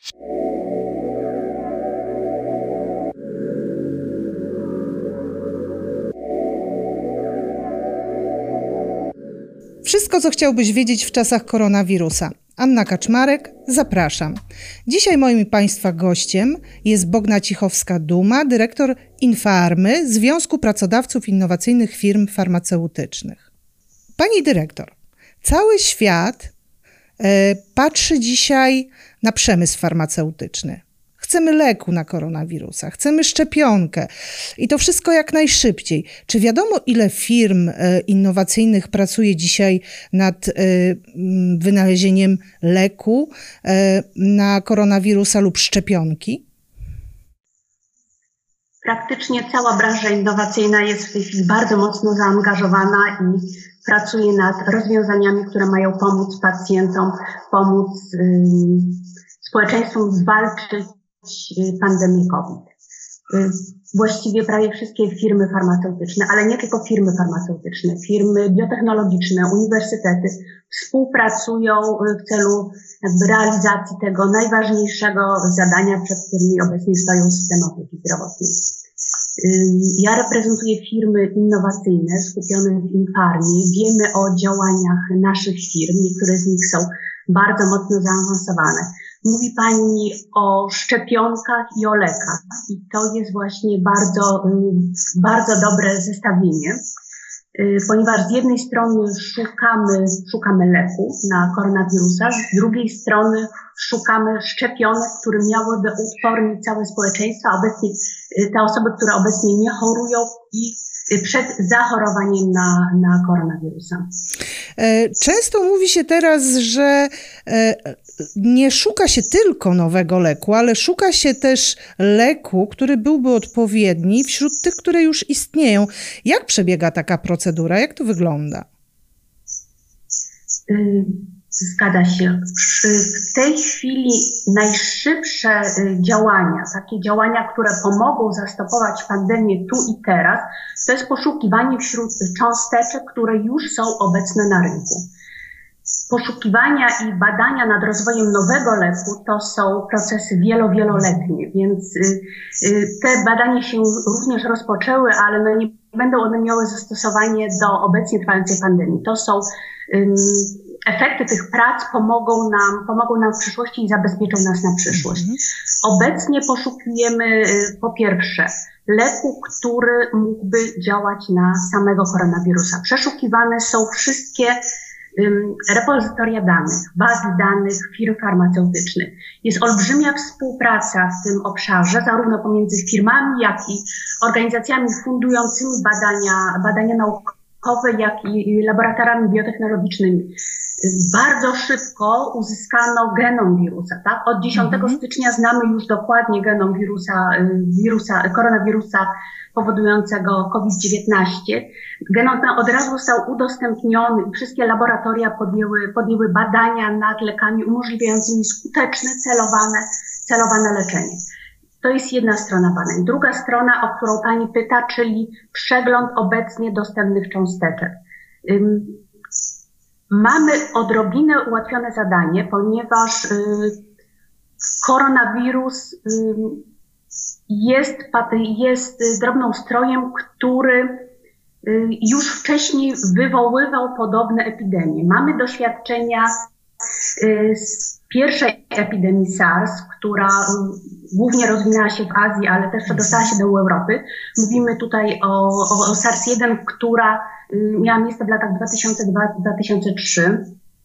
Wszystko, co chciałbyś wiedzieć w czasach koronawirusa. Anna Kaczmarek, zapraszam. Dzisiaj moim Państwa gościem jest Bogna Cichowska-Duma, dyrektor Infarmy, Związku Pracodawców Innowacyjnych Firm Farmaceutycznych. Pani dyrektor, cały świat patrzy dzisiaj na przemysł farmaceutyczny. Chcemy leku na koronawirusa, chcemy szczepionkę i to wszystko jak najszybciej. Czy wiadomo, ile firm innowacyjnych pracuje dzisiaj nad wynalezieniem leku na koronawirusa lub szczepionki? Praktycznie cała branża innowacyjna jest w tej chwili bardzo mocno zaangażowana i pracuje nad rozwiązaniami, które mają pomóc pacjentom, pomóc społeczeństwu zwalczyć pandemię COVID. Właściwie prawie wszystkie firmy farmaceutyczne, ale nie tylko firmy farmaceutyczne, firmy biotechnologiczne, uniwersytety współpracują w celu realizacji tego najważniejszego zadania, przed którymi obecnie stoją systemy opieki zdrowotnej. Ja reprezentuję firmy innowacyjne skupione w Infarmie. Wiemy o działaniach naszych firm, niektóre z nich są bardzo mocno zaawansowane. Mówi Pani o szczepionkach i o lekach i to jest właśnie bardzo dobre zestawienie, ponieważ z jednej strony szukamy leku na koronawirusa, z drugiej strony szukamy szczepionek, które miałyby uspornić całe społeczeństwo, obecnie te osoby, które obecnie nie chorują i przed zachorowaniem na koronawirusa. Często mówi się teraz, że nie szuka się tylko nowego leku, ale szuka się też leku, który byłby odpowiedni wśród tych, które już istnieją. Jak przebiega taka procedura? Jak to wygląda? Zgadza się. W tej chwili najszybsze działania, takie działania, które pomogą zastopować pandemię tu i teraz, to jest poszukiwanie wśród cząsteczek, które już są obecne na rynku. Poszukiwania i badania nad rozwojem nowego leku to są procesy wieloletnie, więc te badania się również rozpoczęły, ale nie będą one miały zastosowanie do obecnie trwającej pandemii. To są efekty tych prac pomogą nam w przyszłości i zabezpieczą nas na przyszłość. Obecnie poszukujemy po pierwsze leku, który mógłby działać na samego koronawirusa. Przeszukiwane są wszystkie repozytoria danych, bazy danych firm farmaceutycznych. Jest olbrzymia współpraca w tym obszarze, zarówno pomiędzy firmami, jak i organizacjami fundującymi badania naukowe, jak i laboratoriami biotechnologicznymi. Bardzo szybko uzyskano genom wirusa, tak? Od 10 stycznia znamy już dokładnie genom koronawirusa powodującego COVID-19. Genom ten od razu został udostępniony i wszystkie laboratoria podjęły badania nad lekami umożliwiającymi skuteczne, celowane leczenie. To jest jedna strona badań. Druga strona, o którą Pani pyta, czyli przegląd obecnie dostępnych cząsteczek. Mamy odrobinę ułatwione zadanie, ponieważ koronawirus jest drobnoustrojem, który już wcześniej wywoływał podobne epidemie. Mamy doświadczenia z pierwszej epidemii SARS, która głównie rozwinęła się w Azji, ale też przedostała się do Europy. Mówimy tutaj o SARS-1, która miała miejsce w latach 2002-2003.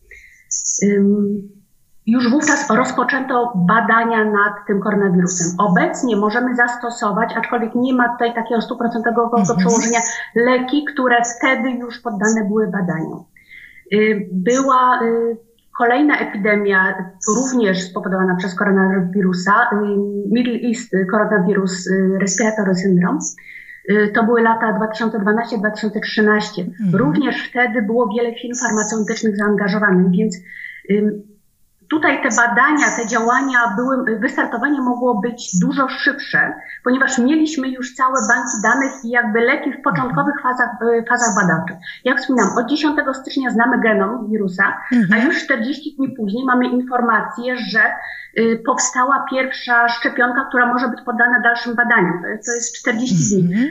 Już wówczas rozpoczęto badania nad tym koronawirusem. Obecnie możemy zastosować, aczkolwiek nie ma tutaj takiego 100% przełożenia, leki, które wtedy już poddane były badaniom. Była kolejna epidemia, również spowodowana przez koronawirusa, Middle East Coronavirus Respiratory Syndrome. To były lata 2012-2013. Również wtedy było wiele firm farmaceutycznych zaangażowanych, więc Tutaj te badania, te działania wystartowanie mogło być dużo szybsze, ponieważ mieliśmy już całe banki danych i jakby leki w początkowych fazach badawczych. Jak wspominam, od 10 stycznia znamy genom wirusa, a już 40 dni później mamy informację, że powstała pierwsza szczepionka, która może być poddana dalszym badaniom. To jest 40 dni.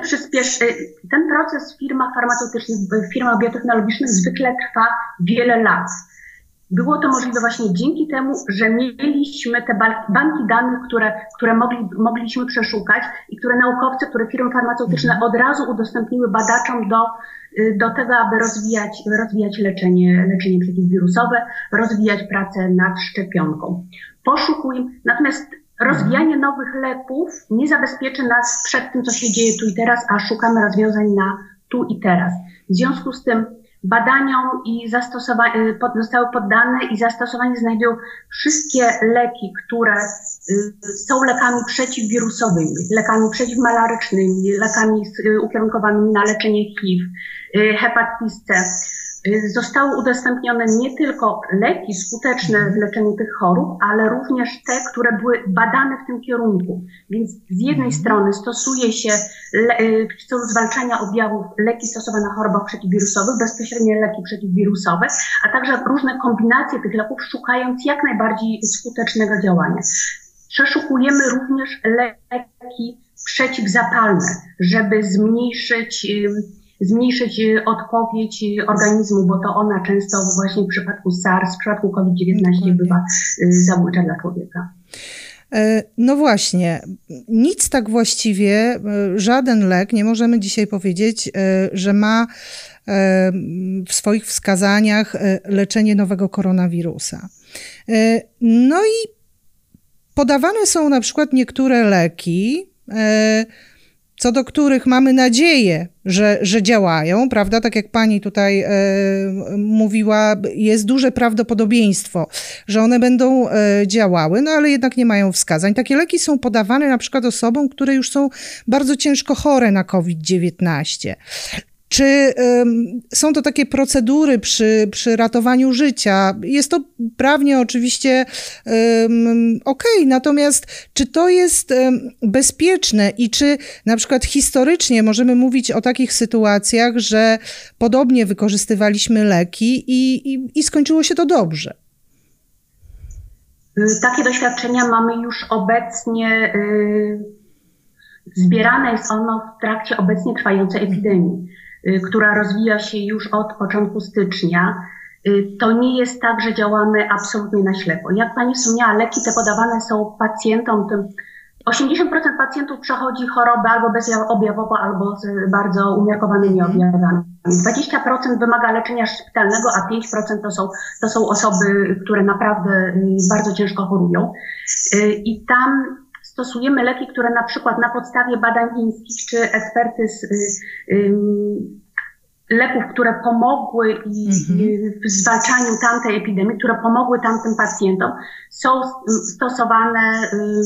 Ten proces w firmach farmaceutycznych, w firmach biotechnologicznych zwykle trwa wiele lat. Było to możliwe właśnie dzięki temu, że mieliśmy te banki danych, które mogliśmy przeszukać i które naukowcy, które firmy farmaceutyczne od razu udostępniły badaczom do tego, aby rozwijać leczenie przeciwwirusowe, rozwijać pracę nad szczepionką. Natomiast rozwijanie nowych leków nie zabezpieczy nas przed tym, co się dzieje tu i teraz, a szukamy rozwiązań na tu i teraz. W związku z tym badaniom zostały poddane i zastosowanie znajdują wszystkie leki, które są lekami przeciwwirusowymi, lekami przeciwmalarycznymi, lekami ukierunkowanymi na leczenie HIV, hepatitisa C. Zostały udostępnione nie tylko leki skuteczne w leczeniu tych chorób, ale również te, które były badane w tym kierunku. Więc z jednej strony stosuje się w celu zwalczania objawów leki stosowane na chorobach przeciwwirusowych, bezpośrednie leki przeciwwirusowe, a także różne kombinacje tych leków, szukając jak najbardziej skutecznego działania. Przeszukujemy również leki przeciwzapalne, żeby zmniejszyć odpowiedź organizmu, bo to ona często właśnie w przypadku SARS, w przypadku COVID-19 bywa zabójcza dla człowieka. No właśnie, nic tak właściwie, żaden lek, nie możemy dzisiaj powiedzieć, że ma w swoich wskazaniach leczenie nowego koronawirusa. No i podawane są na przykład niektóre leki, co do których mamy nadzieję, że działają, prawda? Tak jak pani tutaj mówiła, jest duże prawdopodobieństwo, że one będą działały, no ale jednak nie mają wskazań. Takie leki są podawane na przykład osobom, które już są bardzo ciężko chore na COVID-19. Czy są to takie procedury przy ratowaniu życia? Jest to prawnie oczywiście okej, natomiast czy to jest bezpieczne i czy na przykład historycznie możemy mówić o takich sytuacjach, że podobnie wykorzystywaliśmy leki i skończyło się to dobrze? Takie doświadczenia mamy już obecnie, zbierane jest ono w trakcie obecnie trwającej epidemii, która rozwija się już od początku stycznia. To nie jest tak, że działamy absolutnie na ślepo. Jak pani wspomniała, leki te podawane są pacjentom. 80% pacjentów przechodzi chorobę albo bezobjawowo, albo z bardzo umiarkowanymi objawami. 20% wymaga leczenia szpitalnego, a 5% to są osoby, które naprawdę bardzo ciężko chorują. I tam stosujemy leki, które na przykład na podstawie badań chińskich czy ekspertyz leków, które pomogły w zwalczaniu tamtej epidemii, które pomogły tamtym pacjentom, są stosowane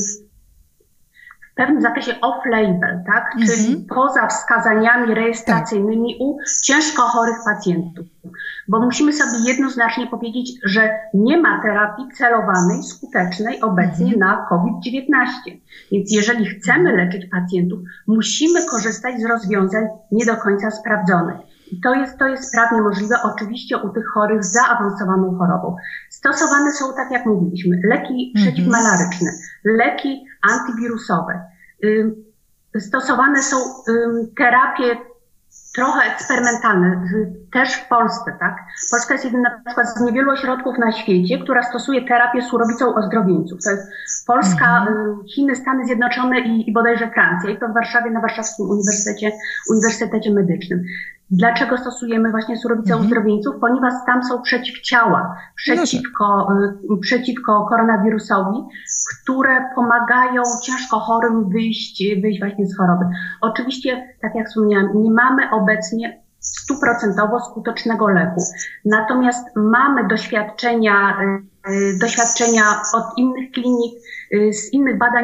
w pewnym zakresie off-label, tak? Czyli poza wskazaniami rejestracyjnymi u ciężko chorych pacjentów. Bo musimy sobie jednoznacznie powiedzieć, że nie ma terapii celowanej, skutecznej obecnie na COVID-19. Więc jeżeli chcemy leczyć pacjentów, musimy korzystać z rozwiązań nie do końca sprawdzonych. I to jest prawnie możliwe, oczywiście u tych chorych z zaawansowaną chorobą. Stosowane są, tak jak mówiliśmy, leki przeciwmalaryczne, leki antywirusowe. Stosowane są terapie trochę eksperymentalne, też w Polsce, tak? Polska jest jednym na przykład z niewielu ośrodków na świecie, która stosuje terapię surowicą ozdrowieńców. To jest Polska, Chiny, Stany Zjednoczone i bodajże Francja. I to w Warszawie, na Warszawskim Uniwersytecie Medycznym. Dlaczego stosujemy właśnie surowicę ozdrowieńców? Ponieważ tam są przeciwciała przeciwko koronawirusowi, które pomagają ciężko chorym wyjść właśnie z choroby. Oczywiście, tak jak wspomniałam, nie mamy obecnie 100% skutecznego leku. Natomiast mamy doświadczenia od innych klinik, z innych badań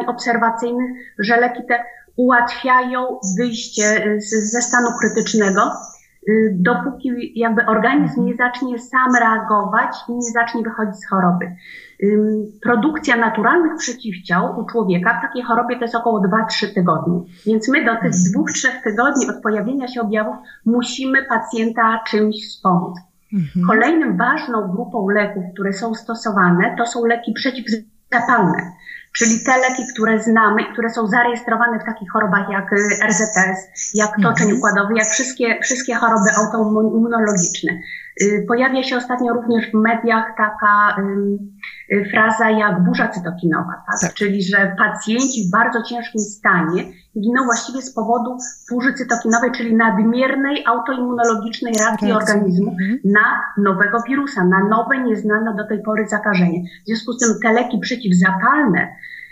obserwacyjnych, że leki te ułatwiają wyjście ze stanu krytycznego. dopóki jakby organizm nie zacznie sam reagować i nie zacznie wychodzić z choroby. Produkcja naturalnych przeciwciał u człowieka w takiej chorobie to jest około 2-3 tygodnie. Więc my do tych 2-3 tygodni od pojawienia się objawów musimy pacjenta czymś wspomóc. Kolejną ważną grupą leków, które są stosowane, to są leki przeciwzapalne. Czyli te leki, które znamy i które są zarejestrowane w takich chorobach jak RZS, jak toczeń układowy, jak wszystkie choroby autoimmunologiczne. Pojawia się ostatnio również w mediach taka fraza jak burza cytokinowa, tak? Czyli że pacjenci w bardzo ciężkim stanie giną właściwie z powodu burzy cytokinowej, czyli nadmiernej autoimmunologicznej reakcji organizmu na nowego wirusa, na nowe, nieznane do tej pory zakażenie. W związku z tym te leki przeciwzapalne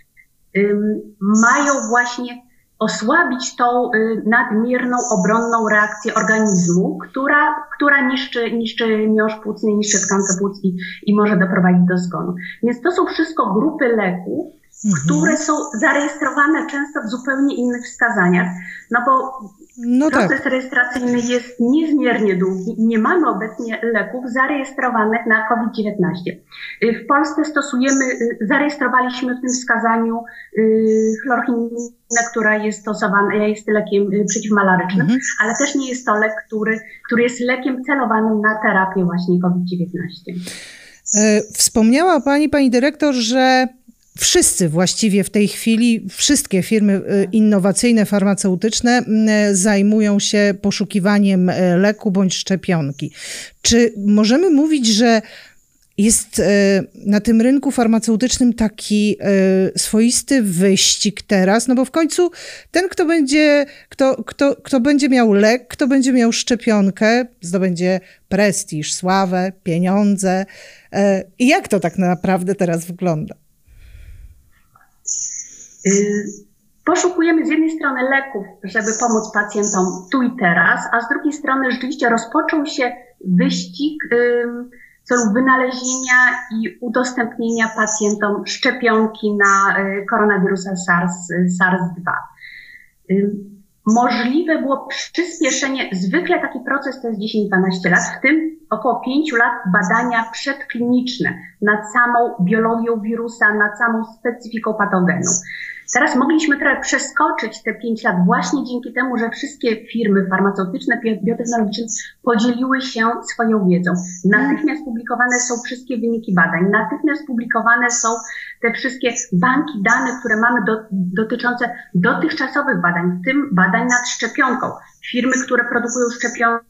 mają właśnie osłabić tą nadmierną obronną reakcję organizmu, która niszczy miąższ płucny, niszczy tkankę płuc i może doprowadzić do zgonu. Więc to są wszystko grupy leków, które są zarejestrowane często w zupełnie innych wskazaniach, no bo proces rejestracyjny jest niezmiernie długi i nie mamy obecnie leków zarejestrowanych na COVID-19. W Polsce zarejestrowaliśmy w tym wskazaniu chlorchininę, która jest stosowana, jest lekiem przeciwmalarycznym, ale też nie jest to lek, który jest lekiem celowanym na terapię właśnie COVID-19. Wspomniała pani dyrektor, że wszyscy właściwie w tej chwili, wszystkie firmy innowacyjne, farmaceutyczne zajmują się poszukiwaniem leku bądź szczepionki. Czy możemy mówić, że jest na tym rynku farmaceutycznym taki swoisty wyścig teraz? No bo w końcu ten, kto będzie miał lek, kto będzie miał szczepionkę, zdobędzie prestiż, sławę, pieniądze. I jak to tak naprawdę teraz wygląda? Poszukujemy z jednej strony leków, żeby pomóc pacjentom tu i teraz, a z drugiej strony rzeczywiście rozpoczął się wyścig w celu wynalezienia i udostępnienia pacjentom szczepionki na koronawirusa SARS-2. Możliwe było przyspieszenie, zwykle taki proces to jest 10-12 lat, w tym około 5 lat badania przedkliniczne nad samą biologią wirusa, nad samą specyfiką patogenu. Teraz mogliśmy trochę przeskoczyć te 5 lat właśnie dzięki temu, że wszystkie firmy farmaceutyczne, biotechnologiczne podzieliły się swoją wiedzą. Natychmiast publikowane są wszystkie wyniki badań, natychmiast publikowane są te wszystkie banki danych, które mamy dotyczące dotychczasowych badań, w tym badań nad szczepionką. Firmy, które produkują szczepionki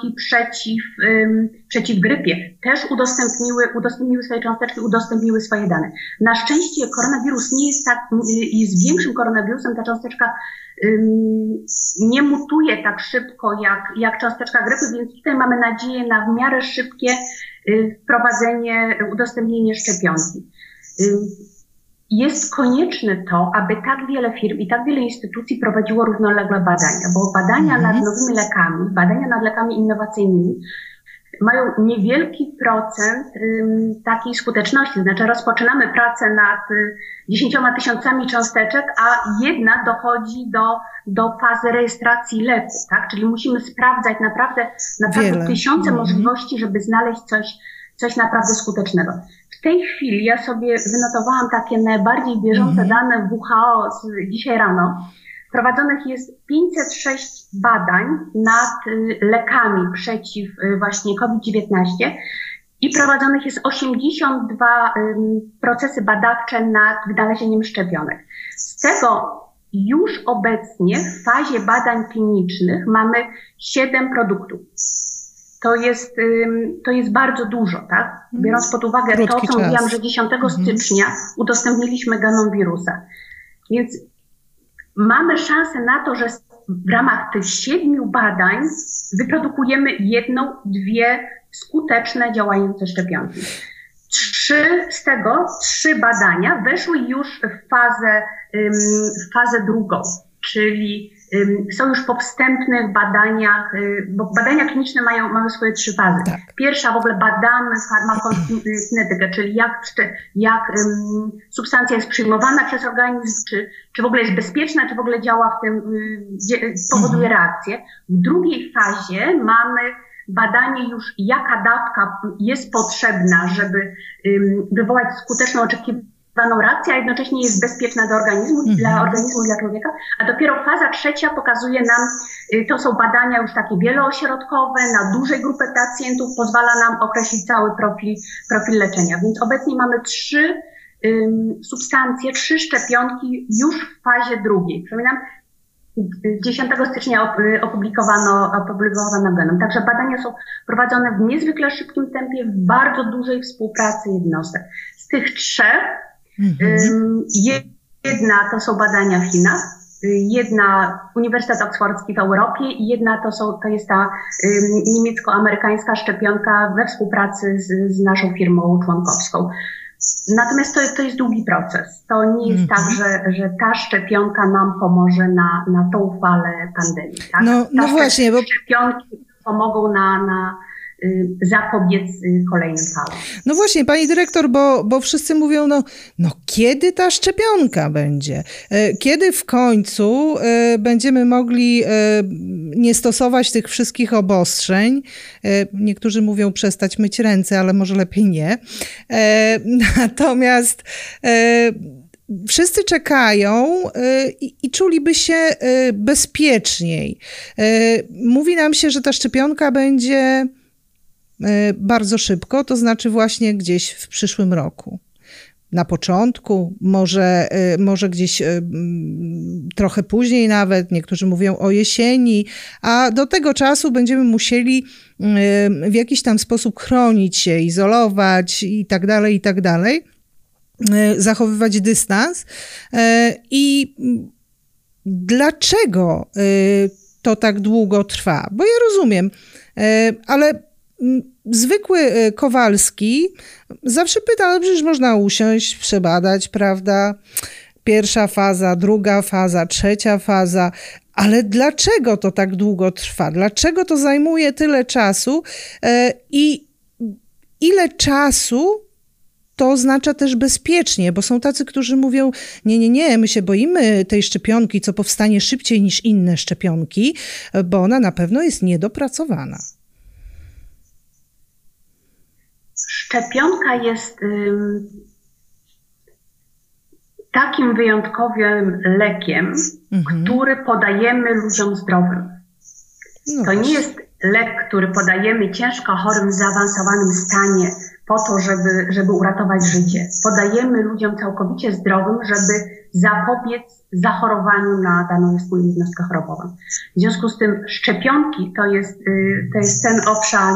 przeciw grypie też udostępniły swoje cząsteczki, udostępniły swoje dane. Na szczęście koronawirus nie jest jest większym koronawirusem, ta cząsteczka nie mutuje tak szybko jak cząsteczka grypy, więc tutaj mamy nadzieję na w miarę szybkie udostępnienie szczepionki. Jest konieczne to, aby tak wiele firm i tak wiele instytucji prowadziło równolegle badania, bo badania nad nowymi lekami, badania nad lekami innowacyjnymi mają niewielki procent takiej skuteczności. Znaczy rozpoczynamy pracę nad 10 000 cząsteczek, a jedna dochodzi do fazy rejestracji leku, tak? Czyli musimy sprawdzać naprawdę tysiące możliwości, żeby znaleźć coś naprawdę skutecznego. W tej chwili ja sobie wynotowałam takie najbardziej bieżące dane WHO z dzisiaj rano. Prowadzonych jest 506 badań nad lekami przeciw właśnie COVID-19 i prowadzonych jest 82 procesy badawcze nad wynalezieniem szczepionek. Z tego już obecnie w fazie badań klinicznych mamy 7 produktów. To jest bardzo dużo, tak? Biorąc pod uwagę to, co mówiłam, że 10 stycznia udostępniliśmy genom wirusa. Więc mamy szansę na to, że w ramach tych 7 badań wyprodukujemy 1-2 skuteczne, działające szczepionki. 3 badania weszły już w fazę drugą. czyli są już po wstępnych badaniach, bo badania kliniczne mają swoje 3 fazy. Tak. Pierwsza w ogóle badamy farmakokinetykę, czyli jak substancja jest przyjmowana przez organizm, czy w ogóle jest bezpieczna, czy w ogóle działa w tym, powoduje reakcję. W drugiej fazie mamy badanie już, jaka dawka jest potrzebna, żeby wywołać skuteczną oczekiwaną reakcję, a jednocześnie jest bezpieczna dla organizmu i dla człowieka. A dopiero faza 3 pokazuje nam, to są badania już takie wieloośrodkowe, na dużej grupie pacjentów, pozwala nam określić cały profil leczenia. Więc obecnie mamy 3 substancje, 3 szczepionki już w fazie drugiej. Przypominam, 10 stycznia opublikowano genom. Także badania są prowadzone w niezwykle szybkim tempie, w bardzo dużej współpracy jednostek. Z tych 3, jedna to są badania w Chinach, jedna Uniwersytet Oksfordzki w Europie i jedna to jest ta niemiecko-amerykańska szczepionka we współpracy z naszą firmą członkowską. Natomiast to jest długi proces. To nie jest tak, że ta szczepionka nam pomoże na tą falę pandemii. Tak? No właśnie, bo szczepionki pomogą zapobiec kolejnym falom. No właśnie, pani dyrektor, bo wszyscy mówią, no kiedy ta szczepionka będzie? Kiedy w końcu będziemy mogli nie stosować tych wszystkich obostrzeń? Niektórzy mówią przestać myć ręce, ale może lepiej nie. Natomiast wszyscy czekają i czuliby się bezpieczniej. Mówi nam się, że ta szczepionka będzie bardzo szybko, to znaczy właśnie gdzieś w przyszłym roku. Na początku, może gdzieś trochę później nawet, niektórzy mówią o jesieni, a do tego czasu będziemy musieli w jakiś tam sposób chronić się, izolować i tak dalej, zachowywać dystans. I dlaczego to tak długo trwa? Bo ja rozumiem, ale zwykły Kowalski zawsze pyta, no przecież można usiąść, przebadać, prawda? Pierwsza faza, druga faza, trzecia faza, ale dlaczego to tak długo trwa? Dlaczego to zajmuje tyle czasu? I ile czasu to oznacza też bezpiecznie, bo są tacy, którzy mówią, nie, my się boimy tej szczepionki, co powstanie szybciej niż inne szczepionki, bo ona na pewno jest niedopracowana. Szczepionka jest takim wyjątkowym lekiem, który podajemy ludziom zdrowym. No to nie jest lek, który podajemy ciężko chorym w zaawansowanym stanie po to, żeby uratować życie. Podajemy ludziom całkowicie zdrowym, żeby zapobiec zachorowaniu na daną jednostkę chorobową. W związku z tym szczepionki to jest ten obszar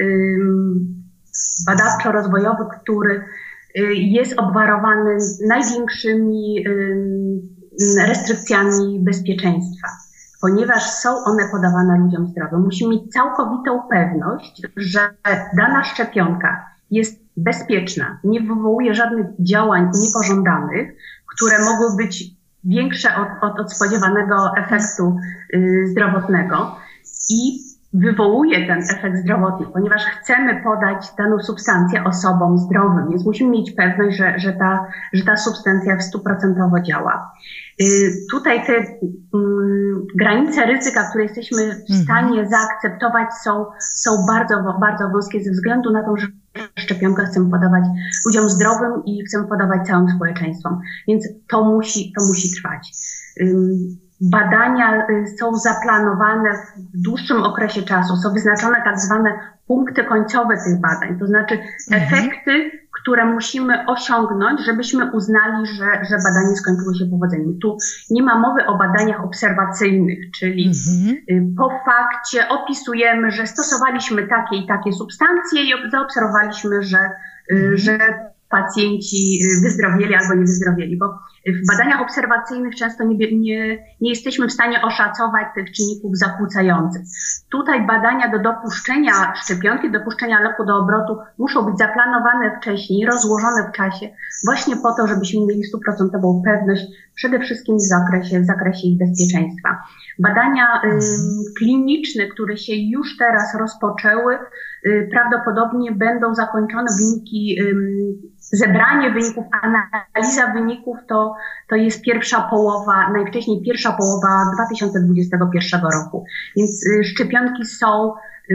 badawczo-rozwojowy, który jest obwarowany największymi restrykcjami bezpieczeństwa. Ponieważ są one podawane ludziom zdrowym, musimy mieć całkowitą pewność, że dana szczepionka jest bezpieczna, nie wywołuje żadnych działań niepożądanych, które mogą być większe od spodziewanego efektu zdrowotnego i wywołuje ten efekt zdrowotny, ponieważ chcemy podać daną substancję osobom zdrowym, więc musimy mieć pewność, że ta substancja 100% działa. Tutaj te granice ryzyka, które jesteśmy w stanie zaakceptować, są bardzo, bardzo wąskie ze względu na to, że szczepionkę chcemy podawać ludziom zdrowym i chcemy podawać całym społeczeństwom, więc to musi trwać. Badania są zaplanowane w dłuższym okresie czasu, są wyznaczone tak zwane punkty końcowe tych badań, to znaczy efekty, które musimy osiągnąć, żebyśmy uznali, że badanie skończyło się powodzeniem. Tu nie ma mowy o badaniach obserwacyjnych, czyli po fakcie opisujemy, że stosowaliśmy takie i takie substancje i zaobserwowaliśmy, że pacjenci wyzdrowieli albo nie wyzdrowieli, bo W badaniach obserwacyjnych często nie jesteśmy w stanie oszacować tych czynników zakłócających. Tutaj badania do dopuszczenia szczepionki, dopuszczenia leku do obrotu muszą być zaplanowane wcześniej, rozłożone w czasie, właśnie po to, żebyśmy mieli 100% pewność przede wszystkim w zakresie ich bezpieczeństwa. Badania kliniczne, które się już teraz rozpoczęły, prawdopodobnie będą zakończone zebranie wyników, analiza wyników to jest najwcześniej pierwsza połowa 2021 roku. Więc szczepionki są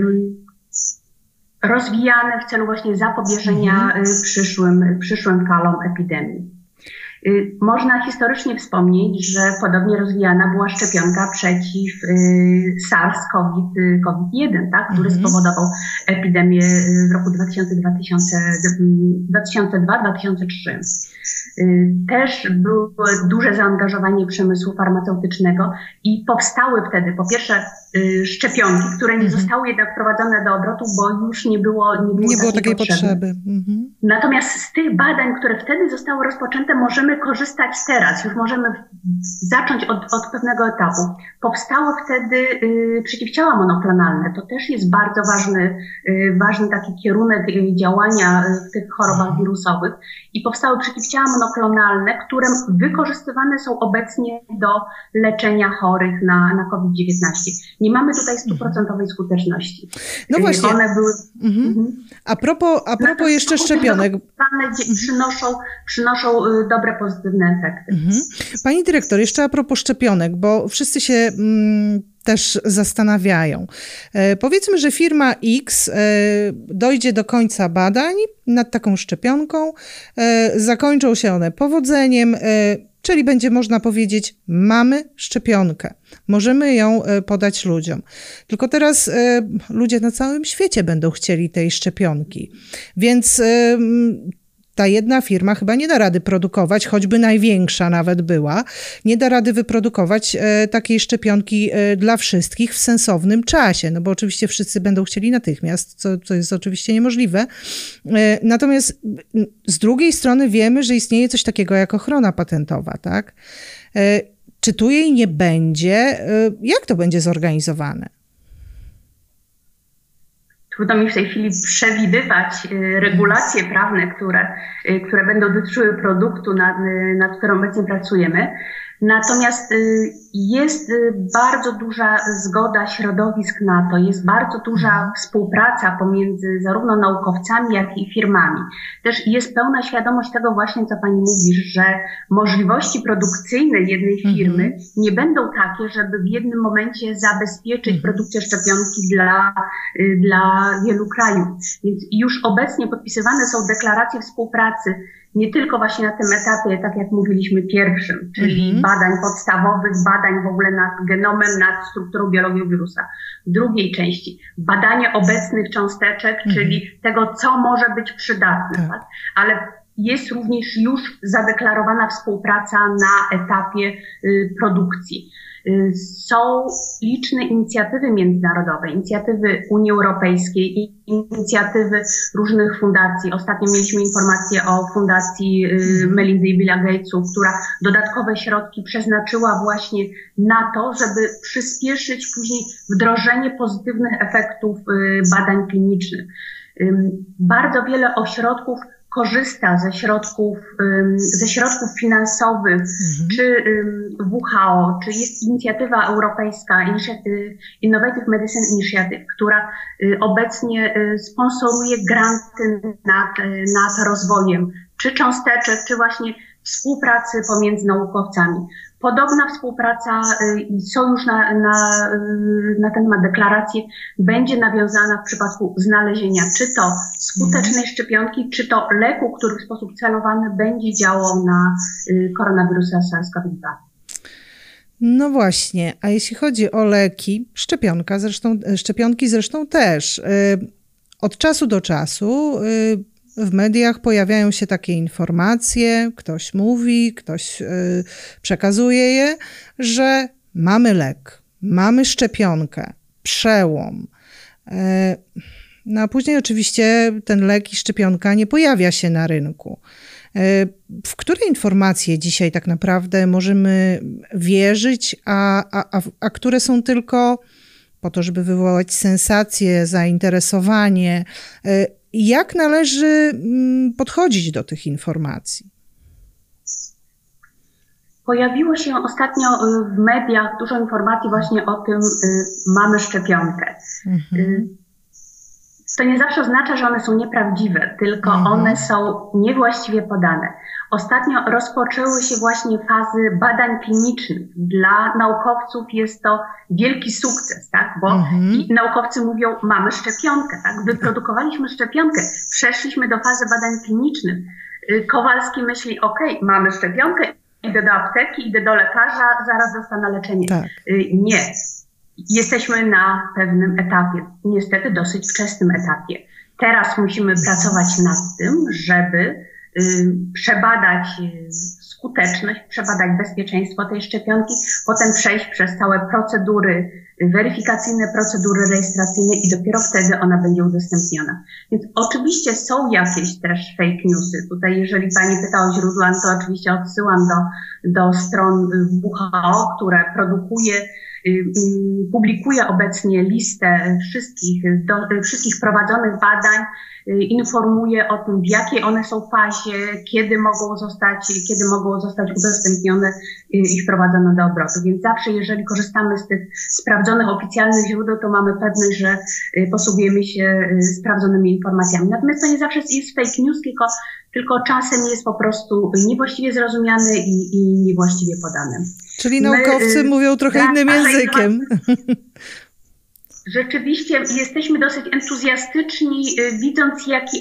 rozwijane w celu właśnie zapobieżenia przyszłym falom epidemii. Można historycznie wspomnieć, że podobnie rozwijana była szczepionka przeciw SARS-CoV-1, tak, który spowodował epidemię w roku 2002-2003. Też było duże zaangażowanie przemysłu farmaceutycznego i powstały wtedy po pierwsze szczepionki, które nie zostały jednak wprowadzone do obrotu, bo już nie było takiej potrzeby. Natomiast z tych badań, które wtedy zostały rozpoczęte, możemy korzystać teraz. Już możemy zacząć od pewnego etapu. Powstały wtedy przeciwciała monoklonalne. To też jest bardzo ważny taki kierunek działania w tych chorobach wirusowych. I powstały przeciwciała monoklonalne, które wykorzystywane są obecnie do leczenia chorych na COVID-19. Nie mamy tutaj 100% skuteczności. No właśnie. One były... A propos jeszcze szczepionek. Przynoszą dobre, pozytywne efekty. Pani dyrektor, jeszcze a propos szczepionek, bo wszyscy się też zastanawiają. Powiedzmy, że firma X dojdzie do końca badań nad taką szczepionką, zakończą się one powodzeniem, czyli będzie można powiedzieć, mamy szczepionkę, możemy ją podać ludziom. Tylko teraz ludzie na całym świecie będą chcieli tej szczepionki, więc ta jedna firma chyba nie da rady produkować, choćby największa nawet była, nie da rady wyprodukować takiej szczepionki dla wszystkich w sensownym czasie, no bo oczywiście wszyscy będą chcieli natychmiast, co jest oczywiście niemożliwe. Natomiast z drugiej strony wiemy, że istnieje coś takiego jak ochrona patentowa, tak? Czy tu jej nie będzie? Jak to będzie zorganizowane? Trudno mi w tej chwili przewidywać regulacje prawne, które będą dotyczyły produktu, nad którym obecnie pracujemy. Natomiast jest bardzo duża zgoda środowisk na to, jest bardzo duża współpraca pomiędzy zarówno naukowcami, jak i firmami. Też jest pełna świadomość tego właśnie, co pani mówisz, że możliwości produkcyjne jednej firmy nie będą takie, żeby w jednym momencie zabezpieczyć produkcję szczepionki dla wielu krajów. Więc już obecnie podpisywane są deklaracje współpracy nie tylko właśnie na tym etapie, tak jak mówiliśmy, pierwszym, czyli badań podstawowych, badań w ogóle nad genomem, nad strukturą, biologią wirusa. W drugiej części badanie obecnych cząsteczek, czyli tego, co może być przydatne. Tak? Ale jest również już zadeklarowana współpraca na etapie produkcji. Są liczne inicjatywy międzynarodowe, inicjatywy Unii Europejskiej i inicjatywy różnych fundacji. Ostatnio mieliśmy informację o fundacji Melindy i Billa Gatesów, która dodatkowe środki przeznaczyła właśnie na to, żeby przyspieszyć później wdrożenie pozytywnych efektów badań klinicznych. Bardzo wiele ośrodków korzysta ze środków finansowych, czy WHO, czy jest inicjatywa europejska, Innovative Medicine Initiative, która obecnie sponsoruje granty nad rozwojem, czy cząsteczek, czy właśnie współpracy pomiędzy naukowcami. Podobna współpraca i są już na ten temat deklaracje, będzie nawiązana w przypadku znalezienia czy to skutecznej szczepionki, czy to leku, który w sposób celowany będzie działał na koronawirusa SARS-CoV-2. No właśnie, a jeśli chodzi o leki, szczepionki zresztą też. Od czasu do czasu w mediach pojawiają się takie informacje, ktoś mówi, ktoś przekazuje je, że mamy lek, mamy szczepionkę, przełom. No a później oczywiście ten lek i szczepionka nie pojawia się na rynku. W które informacje dzisiaj tak naprawdę możemy wierzyć, a które są tylko po to, żeby wywołać sensację, zainteresowanie? Jak należy podchodzić do tych informacji? Pojawiło się ostatnio w mediach dużo informacji właśnie o tym, mamy szczepionkę. To nie zawsze oznacza, że one są nieprawdziwe, tylko one są niewłaściwie podane. Ostatnio rozpoczęły się właśnie fazy badań klinicznych. Dla naukowców jest to wielki sukces, tak? Bo naukowcy mówią, mamy szczepionkę, tak? Wyprodukowaliśmy szczepionkę, przeszliśmy do fazy badań klinicznych. Kowalski myśli, mamy szczepionkę, idę do apteki, idę do lekarza, zaraz dostanę leczenie. Tak. Nie. Jesteśmy na pewnym etapie, niestety dosyć wczesnym etapie. Teraz musimy pracować nad tym, żeby przebadać skuteczność, przebadać bezpieczeństwo tej szczepionki, potem przejść przez całe procedury weryfikacyjne, procedury rejestracyjne i dopiero wtedy ona będzie udostępniona. Więc oczywiście są jakieś też fake newsy. Tutaj jeżeli Pani pyta o źródła, to oczywiście odsyłam do stron WHO, które publikuje obecnie listę wszystkich prowadzonych badań, informuje o tym, w jakiej one są fazie, kiedy mogą zostać udostępnione i wprowadzone do obrotu. Więc zawsze, jeżeli korzystamy z tych sprawdzonych oficjalnych źródeł, to mamy pewność, że posługujemy się sprawdzonymi informacjami. Natomiast to nie zawsze jest fake news, tylko czasem jest po prostu niewłaściwie zrozumiany i niewłaściwie podany. Czyli naukowcy mówią trochę innym językiem. Rzeczywiście jesteśmy dosyć entuzjastyczni, widząc jakie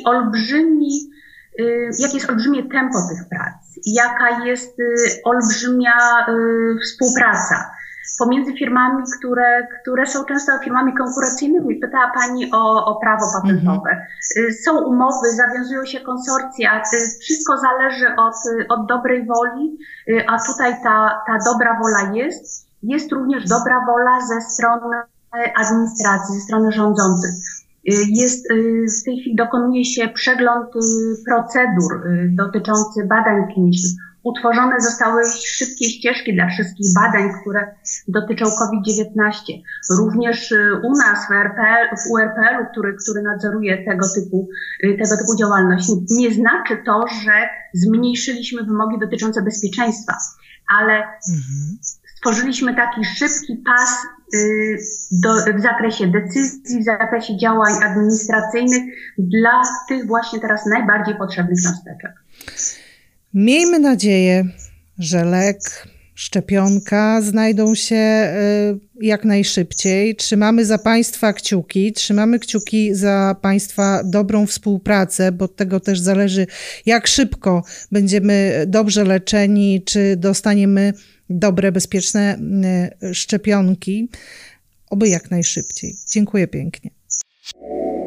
jest olbrzymie tempo tych prac, jaka jest olbrzymia współpraca pomiędzy firmami, które są często firmami konkurencyjnymi. Pytała Pani o prawo patentowe. Są umowy, zawiązują się konsorcja, wszystko zależy od dobrej woli, a tutaj ta dobra wola jest. Jest również dobra wola ze strony administracji, ze strony rządzących. W tej chwili dokonuje się przegląd procedur dotyczących badań klinicznych. Utworzone zostały szybkie ścieżki dla wszystkich badań, które dotyczą COVID-19. Również u nas w URPL-u, który nadzoruje tego typu działalność. Nie znaczy to, że zmniejszyliśmy wymogi dotyczące bezpieczeństwa, ale stworzyliśmy taki szybki pas w zakresie decyzji, w zakresie działań administracyjnych dla tych właśnie teraz najbardziej potrzebnych cząsteczek. Miejmy nadzieję, że lek, szczepionka znajdą się jak najszybciej. Trzymamy za Państwa kciuki, trzymamy kciuki za Państwa dobrą współpracę, bo od tego też zależy, jak szybko będziemy dobrze leczeni, czy dostaniemy dobre, bezpieczne szczepionki. Oby jak najszybciej. Dziękuję pięknie.